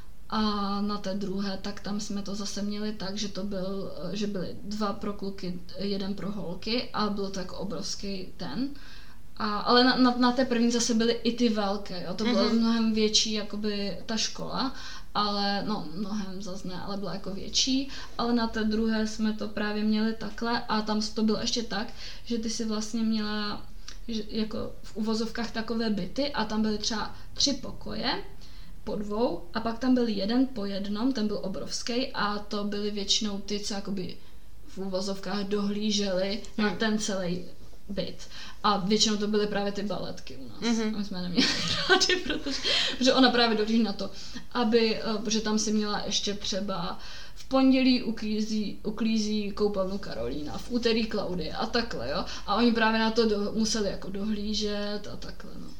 A na té druhé, tak tam jsme to zase měli tak, že to byl, že byly dva pro kluky, jeden pro holky a bylo to jako obrovský ten. A, ale na, na, na té první zase byly i ty velké, jo, to bylo mm-hmm. mnohem větší jakoby ta škola. Ale, no, mnohem zase ne, ale byla jako větší, ale na té druhé jsme to právě měli takhle a tam to bylo ještě tak, že ty si vlastně měla že, jako v uvozovkách takové byty a tam byly třeba tři pokoje po dvou a pak tam byl jeden po jednom, ten byl obrovský a to byly většinou ty, co jakoby v uvozovkách dohlíželi hmm. na ten celý byt. A většinou to byly právě ty baletky u nás. Mm-hmm. A my jsme neměli rádi, protože, protože ona právě dohlíží na to, aby, protože tam si měla ještě třeba v pondělí uklízí, uklízí koupelnu Karolína, v úterý Klaudie a takhle, jo. A oni právě na to do, museli jako dohlížet a takhle, no.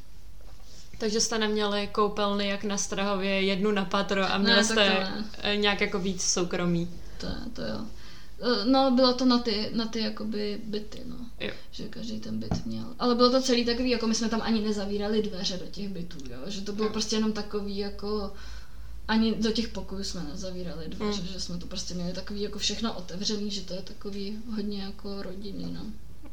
Takže jste neměli koupelny jak na Strahově, jednu na patro a měli ne, jste ne. nějak jako víc soukromí. To, to jo. No, bylo to na ty, na ty jakoby byty, no. Jo. Že každý ten byt měl. Ale bylo to celý takový, jako my jsme tam ani nezavírali dveře do těch bytů, jo. Že to bylo jo. prostě jenom takový, jako ani do těch pokojů jsme nezavírali dveře, mm. že jsme to prostě měli takový, jako všechno otevřený, že to je takový hodně jako rodinný, no.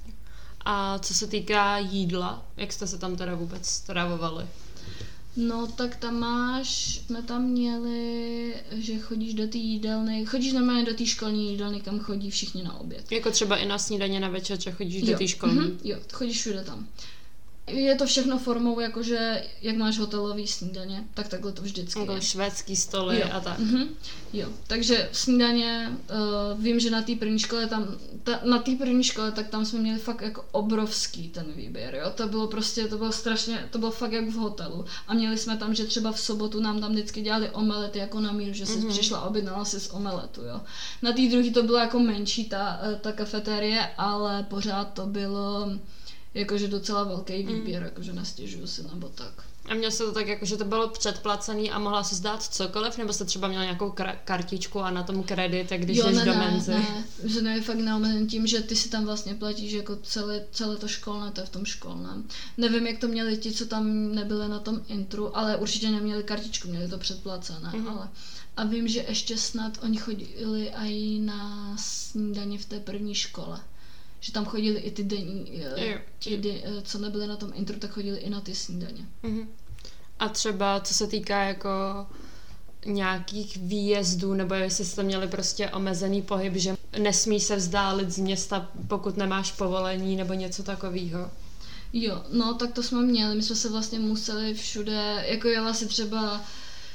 A co se týká jídla, jak jste se tam teda vůbec stravovali? No, tak tam máš, jsme tam měli, že chodíš do té jídelny, chodíš normálně do té školní jídelny, kam chodí všichni na oběd. Jako třeba i na snídaně, na večer, že chodíš jo. do té školní? Mm-hmm, jo, chodíš všude tam. Je to všechno formou, jakože jak máš hotelový snídaně, tak takhle to vždycky jako je. Švédský stoly jo. a tak. Mm-hmm. Jo, takže snídaně, uh, vím, že na té první škole tam, ta, na té první škole, tak tam jsme měli fakt jako obrovský ten výběr, jo. To bylo prostě, to bylo strašně, to bylo fakt jak v hotelu. A měli jsme tam, že třeba v sobotu nám tam vždycky dělali omelety jako na míru, že jsi mm-hmm. přišla a objednala si z omeletu, jo. Na té druhé to bylo jako menší ta, ta kafeterie, ale pořád to bylo jakože docela velký výběr, mm. jakože nestěžuju si nebo tak. A měl jste to tak, jako, že to bylo předplacený a mohla si zdát cokoliv, nebo jste třeba měla nějakou kra- kartičku a na tom kredit, jak když jo, jdeš ne, do ne, menzy? Ne, že ne, fakt neomezen tím, že ty si tam vlastně platíš jako celé, celé to školné, to je v tom školném. Nevím, jak to měli ti, co tam nebyli na tom intru, ale určitě neměli kartičku, měli to předplacené, mm-hmm. ale a vím, že ještě snad oni chodili i na snídaně v té první škole. Že tam chodili i ty denní, jo, ti, de, co nebyli na tom intru, tak chodili i na ty snídaně. Uh-huh. A třeba co se týká jako nějakých výjezdů, nebo jestli jste měli prostě omezený pohyb, že nesmí se vzdálit z města, pokud nemáš povolení, nebo něco takového? Jo, no tak to jsme měli, my jsme se vlastně museli všude, jako jela si třeba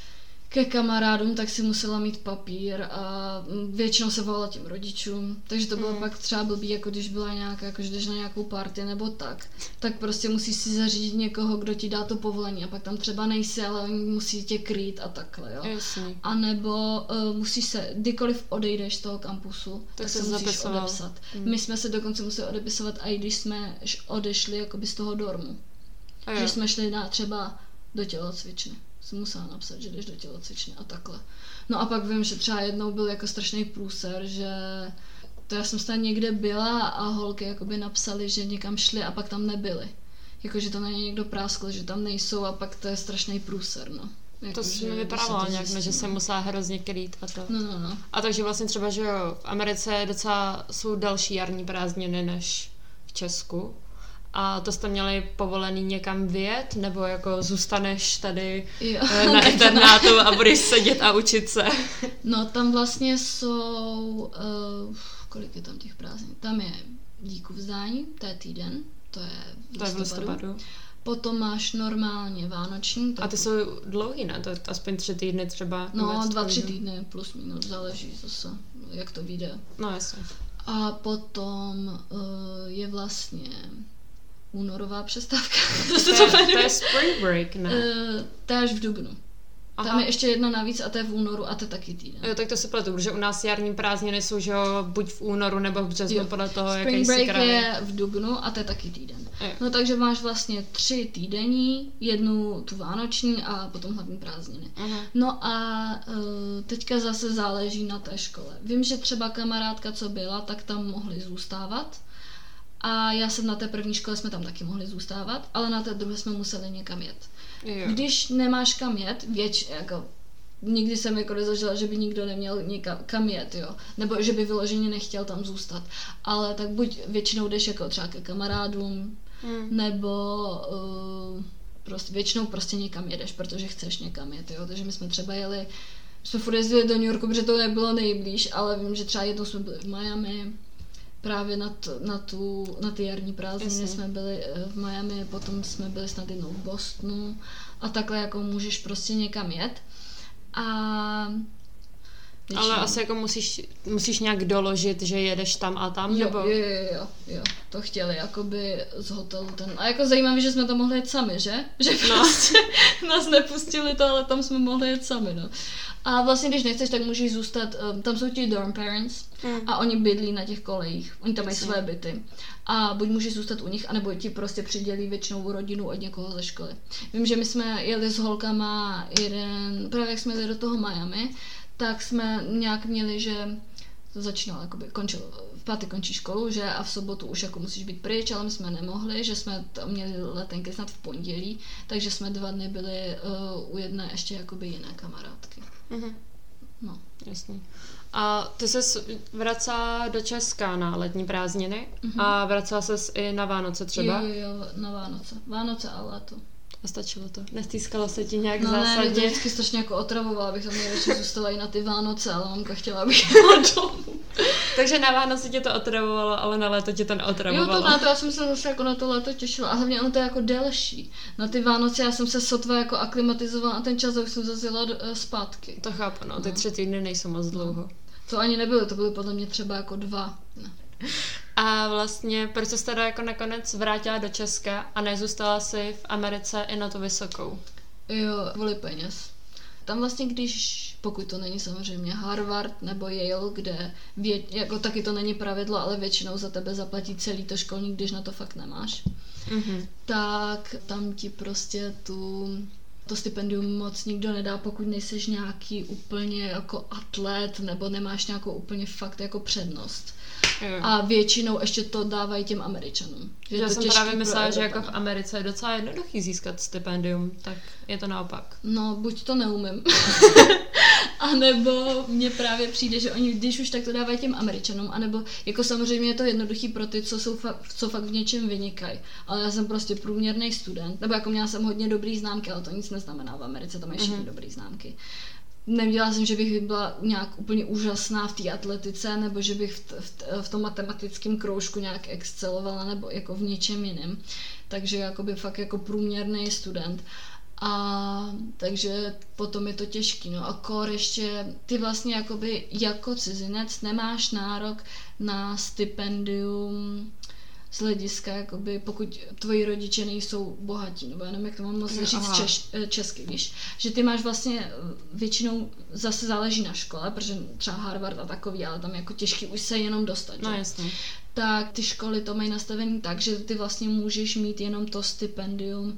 ke kamarádům, tak si musela mít papír a většinou se volala těm rodičům, takže to bylo mm. pak třeba blbý, jako když byla nějaká, jako že jdeš na nějakou party nebo tak, tak prostě musíš si zařídit někoho, kdo ti dá to povolení a pak tam třeba nejsi, ale oni musí tě krýt a takhle, jo. Jasně. A nebo uh, musíš se, kdykoliv odejdeš z toho kampusu, tak, tak se musíš zapisoval. odepsat. Mm. My jsme se dokonce museli odepisovat, i když jsme odešli jakoby z toho dormu. A že jsme šli na třeba do tělocvičny. Jsem musela napsat, že jdeš do tělocvičny a takhle. No a pak vím, že třeba jednou byl jako strašný průser, že to já jsem snad někde byla a holky jakoby napsali, že někam šli a pak tam nebyli. Jakože to na ně někdo práskl, že tam nejsou a pak to je strašný průser, no. Jako, to si mi vypadalo nějak, zjistí, že se musela hrozně krýt a to. No, no, no. A takže vlastně třeba, že jo, v Americe docela jsou další jarní prázdniny než v Česku. A to jste měli povolený někam vyjet, nebo jako zůstaneš tady jo. na internátu a budeš sedět a učit se? No tam vlastně jsou, uh, kolik je tam těch prázdnin? Tam je díku vzdání, to je týden, to je v to listopadu. Je v listopadu. Potom máš normálně vánoční. A ty jsou dlouhý, ne? To je aspoň tři týdny třeba? No, dva, tři týdny plus minus, záleží zase, jak to vyjde. No jasně. A potom uh, je vlastně únorová přestávka. to, to, je, to je spring break, ne? Uh, to je až v dubnu. Aha. Tam je ještě jedna navíc a to je v únoru a to je taky týden. Jo, tak to si pletu, protože u nás jarní prázdniny jsou, že jo, buď v únoru nebo v březnu, jo. Podle toho, jaký si Spring break je v dubnu a to je taky týden. Jo. No takže máš vlastně tři týdenní, jednu tu vánoční a potom hlavní prázdniny. Aha. No a uh, teďka zase záleží na té škole. Vím, že třeba kamarádka, co byla, tak tam mohli zůstávat. A já jsem na té první škole, jsme tam taky mohli zůstávat, ale na té druhé jsme museli někam jet. Jo. Když nemáš kam jet, věč, jako, nikdy jsem jako nezažila, že by nikdo neměl někam kam jet, jo. Nebo že by vyloženě nechtěl tam zůstat. Ale tak buď většinou jdeš jako třeba ke kamarádům, hmm. nebo uh, prostě, většinou prostě někam jedeš, protože chceš někam jet, jo. Takže my jsme třeba jeli, jsme furt jezdili do New Yorku, protože to nebylo nejblíž, ale vím, že třeba jednou jsme byli v Miami, právě na, t, na, tu, na ty jarní prázdniny jsme byli v Miami, potom jsme byli snad jednou v Bostonu a takhle jako můžeš prostě někam jet. A ale asi jako musíš, musíš nějak doložit, že jedeš tam a tam, jo, nebo? Jo, jo, jo, jo, to chtěli jakoby z hotelu ten. A jako zajímavé, že jsme tam mohli jet sami, že? Že no. prostě nás nepustili to, ale tam jsme mohli jet sami, no. A vlastně, když nechceš, tak můžeš zůstat, um, tam jsou ti dorm parents mm. a oni bydlí na těch kolejích, oni tam mají své byty. A buď můžeš zůstat u nich, anebo ti prostě přidělí většinou rodinu od někoho ze školy. Vím, že my jsme jeli s holkama jeden, právě jak jsme jeli do toho Miami, tak jsme nějak měli, že to začínalo, jakoby končilo, v pátek končí školu, že a v sobotu už jako musíš být pryč, ale my jsme nemohli, že jsme tam měli letenky snad v pondělí, takže jsme dva dny byli uh, u jedné ještě jakoby jiné kamarádky. Mhm. No. Jasný. A ty ses vracela do Česka na letní prázdniny mm-hmm. a vracela ses i na Vánoce třeba? Jo, jo, jo, na Vánoce. Vánoce a léto. A stačilo to? Nestýskalo se ti nějak no zásadně? No ne, mě to vždycky strašně jako otravovala, abych tam nejradši zůstala i na ty Vánoce, ale mamka chtěla, abych jela domů. Takže na Vánoce tě to otravovalo, ale na léto tě to neotravovalo. Jo, to na to, já jsem se zase jako na to léto těšila a hlavně ono to je jako delší. Na ty Vánoce já jsem se sotva jako aklimatizovala na ten čas a už jsem zase jela zpátky. To chápu, no, ty no. tři týdny nejsou moc dlouho. To ani nebyly, to byly podle mě třeba jako dva. Ne. A vlastně, proč jsi teda jako nakonec vrátila do Česka a nezůstala si v Americe i na tu vysokou? Jo, kvůli peněz. Tam vlastně, když, pokud to není samozřejmě Harvard nebo Yale, kde vě, jako taky to není pravidlo, ale většinou za tebe zaplatí celý to školní, když na to fakt nemáš, mm-hmm. tak tam ti prostě tu... to stipendium moc nikdo nedá, pokud nejseš nějaký úplně jako atlet nebo nemáš nějakou úplně fakt jako přednost. Mm. A většinou ještě to dávají těm Američanům. Že Já jsem právě myslela, že jako v Americe je docela jednoduchý získat stipendium, tak je to naopak. No, buď to neumím. A nebo mně právě přijde, že oni, když už tak to dávají těm Američanům, anebo jako samozřejmě je to jednoduchý pro ty, co, jsou fakt, co fakt v něčem vynikají. Ale já jsem prostě průměrný student, nebo jako měla jsem hodně dobrý známky, ale to nic neznamená v Americe, tam mají všichni mm-hmm. dobrý známky. Nevěděla jsem, že bych byla nějak úplně úžasná v té atletice, nebo že bych v, t- v, t- v tom matematickém kroužku nějak excelovala, nebo jako v něčem jiném. Takže jakoby fakt jako průměrný student. A takže potom je to těžký, no a kor ještě, ty vlastně jakoby jako cizinec nemáš nárok na stipendium z hlediska, jakoby, pokud tvoji rodiče nejsou bohatí, nebo já nevím, jak to mám moc říct češ, česky, víš, že ty máš vlastně většinou, zase záleží na škole, protože třeba Harvard a takový, ale tam jako těžký už se jenom dostat, no, že? Jasně. Tak ty školy to mají nastavený tak, že ty vlastně můžeš mít jenom to stipendium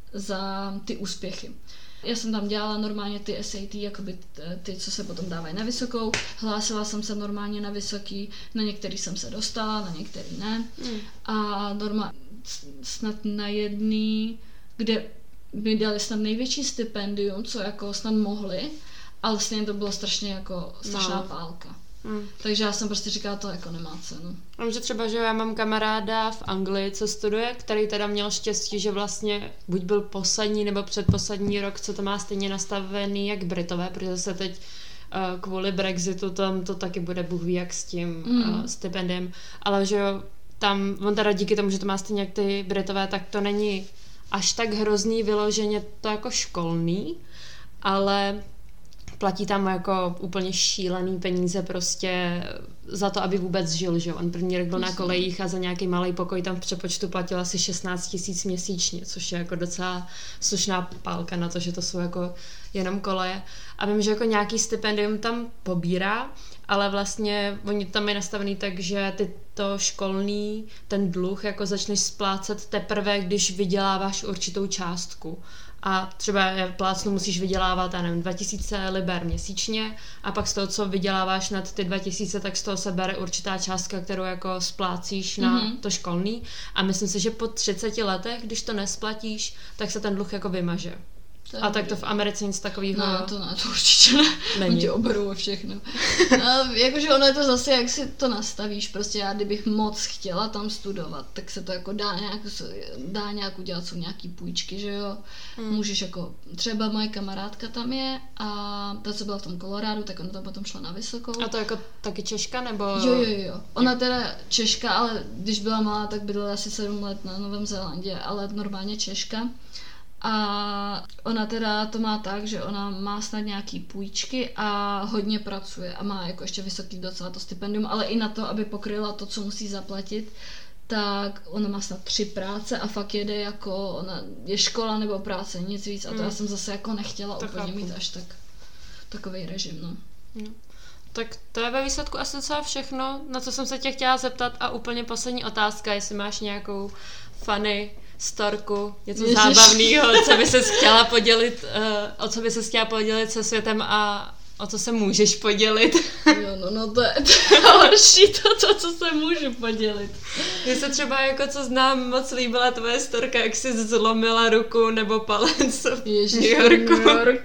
za ty úspěchy. Já jsem tam dělala normálně ty S A T, jakoby ty, co se potom dávají na vysokou. Hlásila jsem se normálně na vysoký, na některý jsem se dostala, na některý ne. Mm. A normálně snad na jedný, kde mi dali snad největší stipendium, co jako snad mohli, ale stejně to bylo strašně jako strašná no. pálka. Hmm. Takže já jsem prostě říkala, to jako nemá cenu. Vím, že třeba, že já mám kamaráda v Anglii, co studuje, který teda měl štěstí, že vlastně buď byl poslední nebo předposlední rok, co to má stejně nastavený jak Britové, protože se teď uh, kvůli Brexitu tam to taky bude bůh ví jak s tím hmm. uh, stipendiem, ale že jo, tam, on teda díky tomu, že to má stejně jak ty Britové, tak to není až tak hrozný vyloženě to jako školný, ale platí tam jako úplně šílený peníze prostě za to, aby vůbec žil, že on první rok byl na kolejích a za nějaký malý pokoj tam v přepočtu platil asi šestnáct tisíc měsíčně, což je jako docela slušná pálka na to, že to jsou jako jenom koleje. A vím, že jako nějaký stipendium tam pobírá, ale vlastně oni tam je nastavený tak, že ty to školní, ten dluh jako začneš splácet teprve, když vyděláváš určitou částku. A třeba plácnu musíš vydělávat, já nevím, dva tisíce liber měsíčně a pak z toho, co vyděláváš nad ty dva tisíce, tak z toho se bere určitá částka, kterou jako splácíš na mm-hmm. to školní. A myslím si, že po třiceti letech, když to nesplatíš, tak se ten dluh jako vymaže. A tak to v Americe nic takového. No, to ne, to určitě ne. Není. Tě oberou a všechno. A jakože ono je to zase, jak si to nastavíš. Prostě já, kdybych moc chtěla tam studovat, tak se to jako dá nějak, dá nějak udělat, jsou nějaký půjčky, že jo. Hmm. Můžeš jako, třeba moje kamarádka tam je a ta, co byla v tom Kolorádu, tak ona tam potom šla na vysokou. A to jako taky Češka, nebo? Jo, jo, jo. Ona teda Češka, ale když byla malá, tak bydlela asi sedm let na Novém Zélandě, ale normálně Češka. A ona teda to má tak, že ona má snad nějaký půjčky a hodně pracuje a má jako ještě vysoký docela to stipendium, ale i na to, aby pokryla to, co musí zaplatit, tak ona má snad tři práce a fakt jede jako, ona je škola nebo práce, nic víc a to mm. já jsem zase jako nechtěla to úplně chápu. Mít až tak takovej režim, no. no. Tak to je ve výsledku asi docela všechno, na co jsem se tě chtěla zeptat a úplně poslední otázka, jestli máš nějakou funny storku, něco Ježiš. zábavného, co by ses chtěla podělit, uh, o co by ses chtěla podělit se světem a o co se můžeš podělit. Jo, no, no to je, to je horší to, to, co se můžu podělit. Mně se třeba jako, co znám, moc líbila tvoje storka, jak jsi zlomila ruku nebo palec v New Yorku. New Yorku.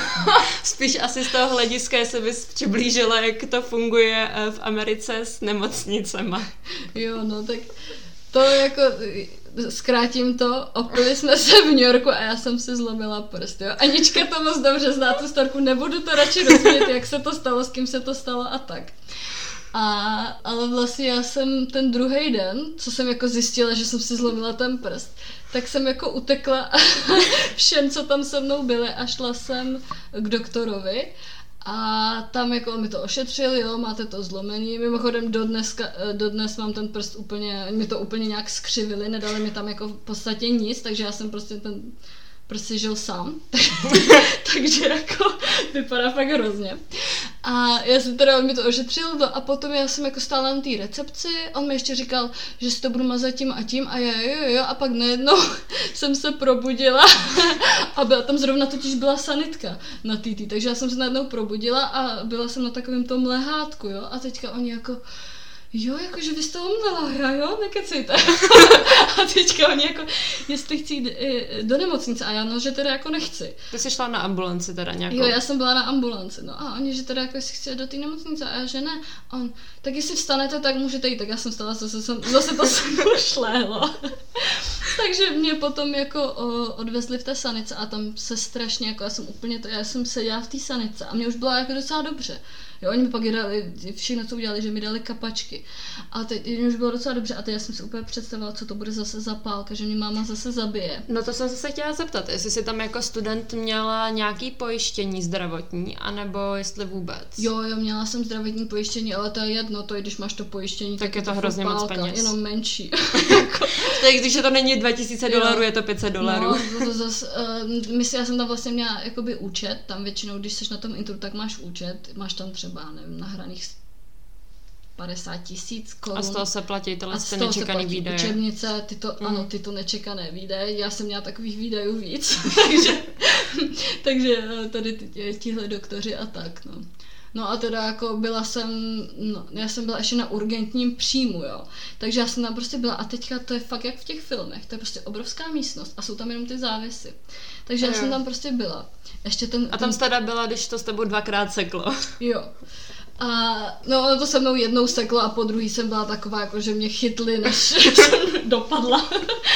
Spíš asi z toho hlediska, jestli bys přiblížila, jak to funguje v Americe s nemocnicema. Jo, no tak to jako... Zkrátím to, opili jsme se v New Yorku a já jsem si zlomila prst, jo. Anička to moc dobře zná tu storku, nebudu to radši rozvědět, jak se to stalo, s kým se to stalo a tak. A, ale vlastně já jsem ten druhý den, co jsem jako zjistila, že jsem si zlomila ten prst, tak jsem jako utekla všem, co tam se mnou byli a šla jsem k doktorovi. A tam jako on mi to ošetřil, jo, máte to zlomený, mimochodem dodneska, dodnes mám ten prst úplně, mi to úplně nějak skřivili, nedali mi tam jako v podstatě nic, takže já jsem prostě ten prst si žil sám, takže jako vypadá fakt hrozně. A já jsem teda, on mi to ošetřil, no a potom já jsem jako stála na té recepci, on mi ještě říkal, že si to budu mazat tím a tím a já jo, jo, jo, a pak najednou jsem se probudila a byla tam zrovna totiž byla sanitka na té tý, takže já jsem se najednou probudila a byla jsem na takovém tom lehátku, jo, a teďka oni jako jo, jakože vy jste omdlela hra, jo, nekecejte. A teďka oni jako, jestli chci jít do nemocnice a já, no, že teda jako nechci. Ty jsi šla na ambulanci teda nějakou? Jo, já jsem byla na ambulanci, no a oni, že teda jako jestli chci jít do té nemocnice a já, že ne. A on, tak jestli vstanete, tak můžete jít, tak já jsem stala, zase, jsem, zase to se mnou šléhlo. Takže mě potom jako o, odvezli v té sanice a tam se strašně, jako já jsem úplně to, já jsem seděla v té sanice a mě už bylo jako docela dobře. Jo, oni mi pak dali, všechno, co udělali, že mi dali kapačky. A teď mě už bylo docela dobře a teď já jsem si úplně představila, co to bude zase za pálka, že mě máma zase zabije. No to jsem se chtěla zeptat, jestli jsi tam jako student měla nějaký pojištění zdravotní, anebo jestli vůbec? Jo, jo, měla jsem zdravotní pojištění, ale to je jedno, to i když máš to pojištění, tak, tak je to hrozně moc peněz. Jenom menší. Tak když to není dva tisíce dolarů, je to pět set dolarů. No, to, to zase, uh, myslím, já jsem tam vlastně měla jakoby účet, tam většinou, když jsi na tom intru, tak máš účet, máš tam třeba, nevím, nahraných padesát tisíc korun. A z toho se platí tyhle ty nečekaný výdaje. Učebnice, tyto, mm. ano, tyto nečekané výdaje. Já jsem měla takových výdajů víc, takže, takže tady ty, tihle doktoři a tak, no. No a teda jako byla jsem, no, já jsem byla ještě na urgentním příjmu, jo. Takže já jsem tam prostě byla a teďka to je fakt jak v těch filmech, to je prostě obrovská místnost a jsou tam jenom ty závěsy. Takže a já jo. jsem tam prostě byla. Ještě ten, a tam ten... jsi teda byla, když to s tebou dvakrát seklo. Jo. A no to se mnou jednou seklo a po druhý jsem byla taková, jako že mě chytli, než jsem dopadla.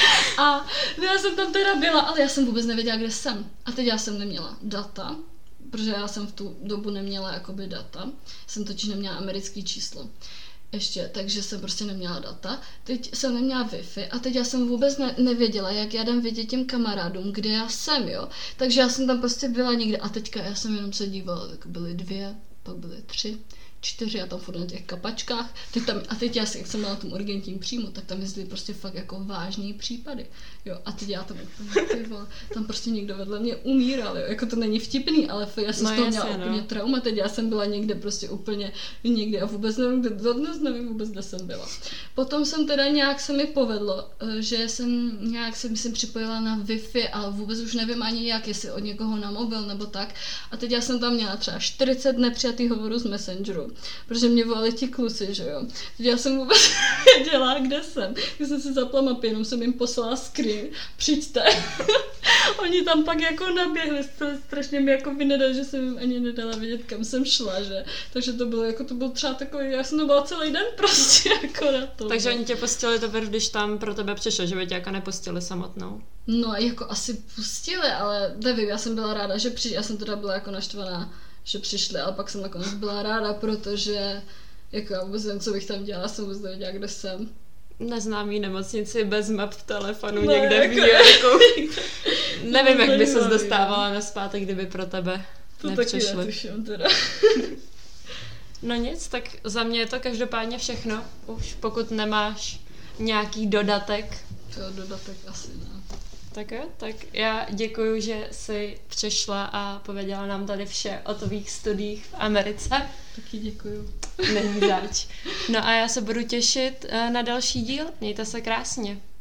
A no, já jsem tam teda byla, ale já jsem vůbec nevěděla, kde jsem. A teď já jsem neměla data, protože já jsem v tu dobu neměla jakoby data. Jsem totiž neměla americký číslo. Ještě, takže jsem prostě neměla data. Teď jsem neměla Wi-Fi a teď já jsem vůbec ne- nevěděla, jak já dám vědět těm kamarádům, kde já jsem, jo. Takže já jsem tam prostě byla někde a teďka já jsem jenom se dívala, tak byly dvě, pak byly tři, čtyři a tam furt na těch kapačkách. Teď tam, a teď já, jak jsem byla na tom urgentním příjmu, tak tam jezdili prostě fakt jako vážný případy. Jo, a teď já tam úplně, tam prostě někdo vedle mě umíral, jo. Jako to není vtipný, ale já jsem no z toho měla no. úplně trauma. Teď já jsem byla někde prostě úplně někde a vůbec nevím, kde, dnes nevím vůbec, kde jsem byla. Potom jsem teda nějak se mi povedlo, že jsem nějak se myslím připojila na Wi-Fi, ale vůbec už nevím ani jak, jestli od někoho na mobil nebo tak. A teď já jsem tam měla třeba čtyřicet nepřijatých hovorů z Messengeru, protože mě volali ti kluci, že jo. Teď já jsem vůbec nevěděla, kde jsem. Když jsem si zapla mapy, jenom jsem jim poslala screen, přijďte. Oni tam pak jako naběhli, strašně mi jako vynedali, že jsem jim ani nedala vědět, kam jsem šla, že. Takže to bylo jako, to bylo třeba takový, já jsem to byla celý den prostě jako na to. Takže oni tě pustili teprve, když tam pro tebe přišlo, že by tě jako nepustili samotnou? No jako asi pustili, ale nevím, já jsem byla ráda, že přišli, já jsem teda byla jako naštvaná, že přišli, ale pak jsem nakonec byla ráda, protože jako já vůbec nevím, co bych tam dělala, jsem vůbec nevěděla, kde jsem. Neznámý nemocnici bez map v telefonu no, někde jako, v New Yorku. Nevím, no, jak by ses dostávala nazpátek, kdyby pro tebe to nepřišli. To taky netuším teda. No nic, tak za mě je to každopádně všechno. Už pokud nemáš nějaký dodatek. To dodatek asi ne. Tak jo, tak já děkuju, že jsi přišla a pověděla nám tady vše o tvých studiích v Americe. Taky děkuju. Není zač. No a já se budu těšit na další díl. Mějte se krásně.